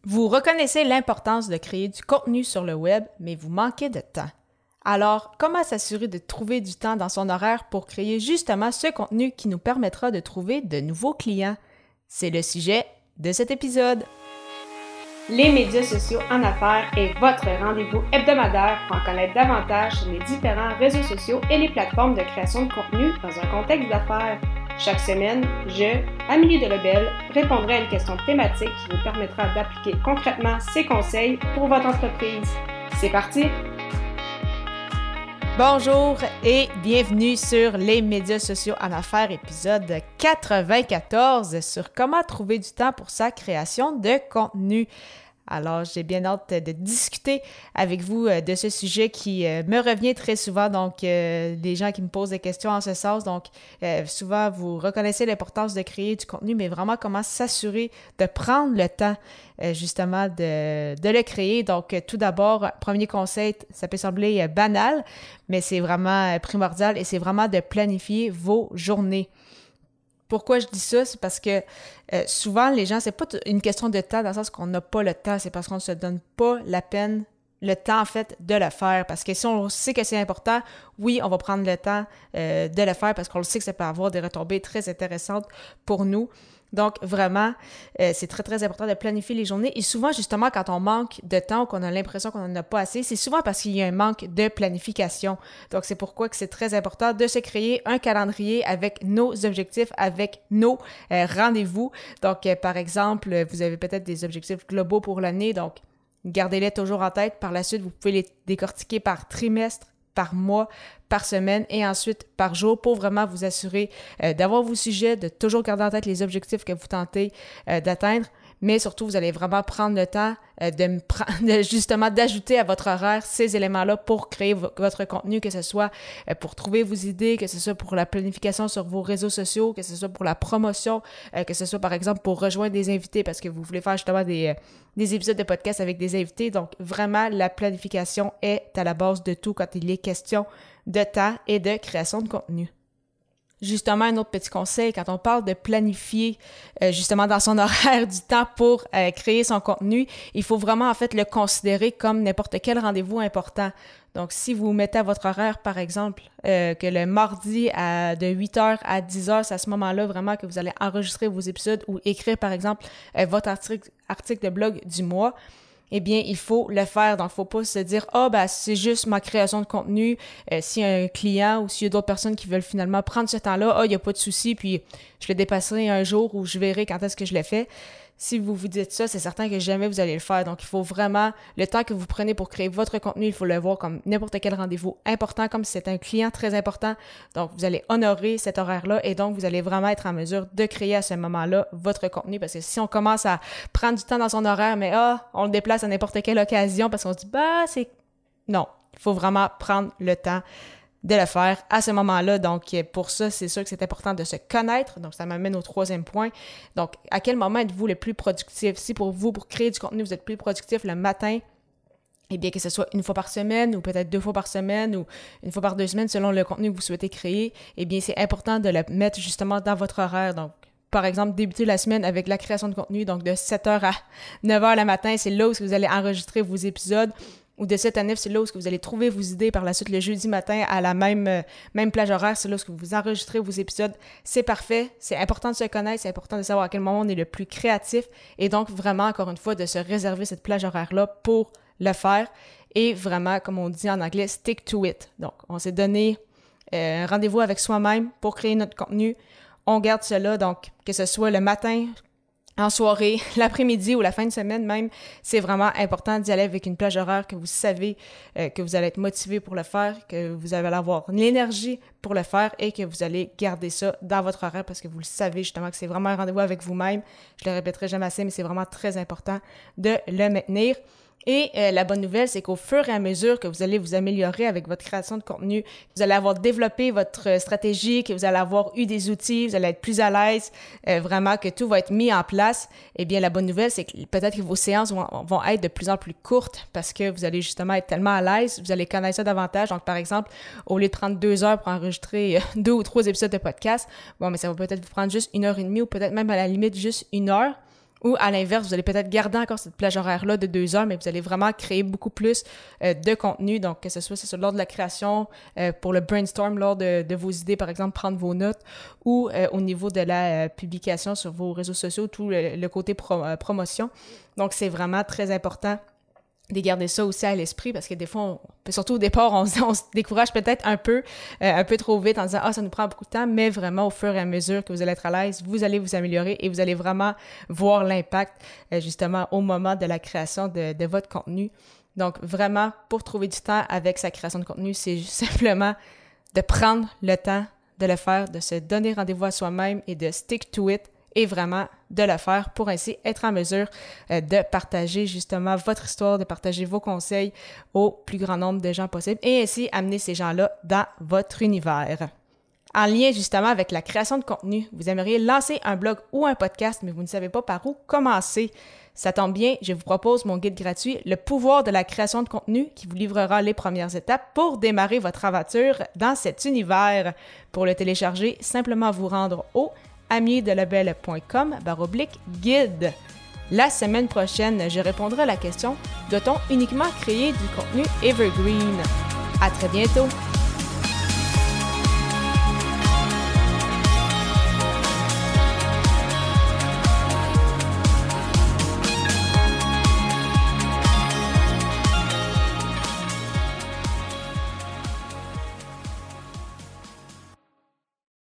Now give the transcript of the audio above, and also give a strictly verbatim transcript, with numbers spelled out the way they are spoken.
Vous reconnaissez l'importance de créer du contenu sur le web, mais vous manquez de temps. Alors, comment s'assurer de trouver du temps dans son horaire pour créer justement ce contenu qui nous permettra de trouver de nouveaux clients? C'est le sujet de cet épisode. Les médias sociaux en affaires est votre rendez-vous hebdomadaire pour en connaître davantage sur les différents réseaux sociaux et les plateformes de création de contenu dans un contexte d'affaires. Chaque semaine, je, Amélie Delobel, répondrai à une question thématique qui vous permettra d'appliquer concrètement ces conseils pour votre entreprise. C'est parti! Bonjour et bienvenue sur les médias sociaux en affaires, épisode quatre-vingt-quatorze sur comment trouver du temps pour sa création de contenu. Alors, j'ai bien hâte de discuter avec vous de ce sujet qui me revient très souvent, donc euh, les gens qui me posent des questions en ce sens. Donc, euh, souvent, vous reconnaissez l'importance de créer du contenu, mais vraiment comment s'assurer de prendre le temps euh, justement de, de le créer. Donc, tout d'abord, premier conseil, ça peut sembler banal, mais c'est vraiment primordial et c'est vraiment de planifier vos journées. Pourquoi je dis ça? C'est parce que euh, souvent, les gens, c'est pas une question de temps dans le sens qu'on n'a pas le temps, c'est parce qu'on ne se donne pas la peine, le temps en fait, de le faire. Parce que si on sait que c'est important, oui, on va prendre le temps euh, de le faire parce qu'on le sait que ça peut avoir des retombées très intéressantes pour nous. Donc, vraiment, euh, c'est très, très important de planifier les journées. Et souvent, justement, quand on manque de temps ou qu'on a l'impression qu'on n'en a pas assez, c'est souvent parce qu'il y a un manque de planification. Donc, c'est pourquoi que c'est très important de se créer un calendrier avec nos objectifs, avec nos euh, rendez-vous. Donc, euh, par exemple, vous avez peut-être des objectifs globaux pour l'année. Donc, gardez-les toujours en tête. Par la suite, vous pouvez les décortiquer par trimestre, par mois, par semaine et ensuite par jour pour vraiment vous assurer euh, d'avoir vos sujets, de toujours garder en tête les objectifs que vous tentez euh, d'atteindre, mais surtout, vous allez vraiment prendre le temps euh, de, me pre- de justement d'ajouter à votre horaire ces éléments-là pour créer v- votre contenu, que ce soit euh, pour trouver vos idées, que ce soit pour la planification sur vos réseaux sociaux, que ce soit pour la promotion, euh, que ce soit par exemple pour rejoindre des invités parce que vous voulez faire justement des, euh, des épisodes de podcast avec des invités. Donc, vraiment, la planification est à la base de tout quand il est question de temps et de création de contenu. Justement, un autre petit conseil, quand on parle de planifier euh, justement dans son horaire du temps pour euh, créer son contenu, il faut vraiment en fait le considérer comme n'importe quel rendez-vous important. Donc, si vous mettez à votre horaire, par exemple, euh, que le mardi à, de huit heures à dix heures, c'est à ce moment-là vraiment que vous allez enregistrer vos épisodes ou écrire, par exemple, euh, votre article, article de blog du mois, eh bien, il faut le faire. Donc, il ne faut pas se dire « Ah, oh, ben, c'est juste ma création de contenu. Euh, s'il y a un client ou s'il y a d'autres personnes qui veulent finalement prendre ce temps-là, ah, oh, il n'y a pas de souci, puis je le dépasserai un jour où je verrai quand est-ce que je le fais. » Si vous vous dites ça, c'est certain que jamais vous allez le faire. Donc, il faut vraiment, le temps que vous prenez pour créer votre contenu, il faut le voir comme n'importe quel rendez-vous important, comme si c'est un client très important. Donc, vous allez honorer cet horaire-là et donc, vous allez vraiment être en mesure de créer à ce moment-là votre contenu. Parce que si on commence à prendre du temps dans son horaire, mais ah, on le déplace à n'importe quelle occasion parce qu'on se dit, bah, c'est... Non, il faut vraiment prendre le temps de le faire à ce moment-là. Donc, pour ça, c'est sûr que c'est important de se connaître. Donc, ça m'amène au troisième point. Donc, à quel moment êtes-vous le plus productif? Si pour vous, pour créer du contenu, vous êtes plus productif le matin, eh bien, que ce soit une fois par semaine ou peut-être deux fois par semaine ou une fois par deux semaines selon le contenu que vous souhaitez créer, eh bien, c'est important de le mettre justement dans votre horaire. Donc, par exemple, débuter la semaine avec la création de contenu, donc de sept heures à neuf heures le matin, c'est là où vous allez enregistrer vos épisodes. Ou de sept à neuf, c'est là où vous allez trouver vos idées. Par la suite, le jeudi matin, à la même, euh, même plage horaire, c'est là où vous enregistrez vos épisodes. C'est parfait. C'est important de se connaître. C'est important de savoir à quel moment on est le plus créatif. Et donc, vraiment, encore une fois, de se réserver cette plage horaire-là pour le faire. Et vraiment, comme on dit en anglais, stick to it. Donc, on s'est donné euh, un rendez-vous avec soi-même pour créer notre contenu. On garde cela. Donc, que ce soit le matin, en soirée, l'après-midi ou la fin de semaine même, c'est vraiment important d'y aller avec une plage horaire que vous savez euh, que vous allez être motivé pour le faire, que vous allez avoir l'énergie pour le faire et que vous allez garder ça dans votre horaire parce que vous le savez justement que c'est vraiment un rendez-vous avec vous-même. Je le répéterai jamais assez, mais c'est vraiment très important de le maintenir. Et euh, la bonne nouvelle, c'est qu'au fur et à mesure que vous allez vous améliorer avec votre création de contenu, vous allez avoir développé votre stratégie, que vous allez avoir eu des outils, vous allez être plus à l'aise, euh, vraiment que tout va être mis en place, eh bien la bonne nouvelle, c'est que peut-être que vos séances vont, vont être de plus en plus courtes parce que vous allez justement être tellement à l'aise, vous allez connaître ça davantage. Donc par exemple, au lieu de prendre deux heures pour enregistrer deux ou trois épisodes de podcast, bon, mais ça va peut-être vous prendre juste une heure et demie ou peut-être même à la limite juste une heure. Ou à l'inverse, vous allez peut-être garder encore cette plage horaire-là de deux heures, mais vous allez vraiment créer beaucoup plus euh, de contenu. Donc, que ce soit c'est lors de la création, euh, pour le brainstorm, lors de, de vos idées, par exemple, prendre vos notes, ou euh, au niveau de la euh, publication sur vos réseaux sociaux, tout le, le côté pro, euh, promotion. Donc, c'est vraiment très important de garder ça aussi à l'esprit parce que des fois, on, surtout au départ, on, on se décourage peut-être un peu, euh, un peu trop vite en disant « Ah, ça nous prend beaucoup de temps », mais vraiment, au fur et à mesure que vous allez être à l'aise, vous allez vous améliorer et vous allez vraiment voir l'impact euh, justement au moment de la création de, de votre contenu. Donc, vraiment, pour trouver du temps avec sa création de contenu, c'est simplement de prendre le temps de le faire, de se donner rendez-vous à soi-même et de stick to it et vraiment de le faire pour ainsi être en mesure euh, de partager justement votre histoire, de partager vos conseils au plus grand nombre de gens possible et ainsi amener ces gens-là dans votre univers. En lien justement avec la création de contenu, vous aimeriez lancer un blog ou un podcast, mais vous ne savez pas par où commencer. Ça tombe bien, je vous propose mon guide gratuit « Le pouvoir de la création de contenu » qui vous livrera les premières étapes pour démarrer votre aventure dans cet univers. Pour le télécharger, simplement vous rendre au amiedelabel.com baroblique guide. La semaine prochaine, je répondrai à la question « Doit-on uniquement créer du contenu evergreen ?» À très bientôt!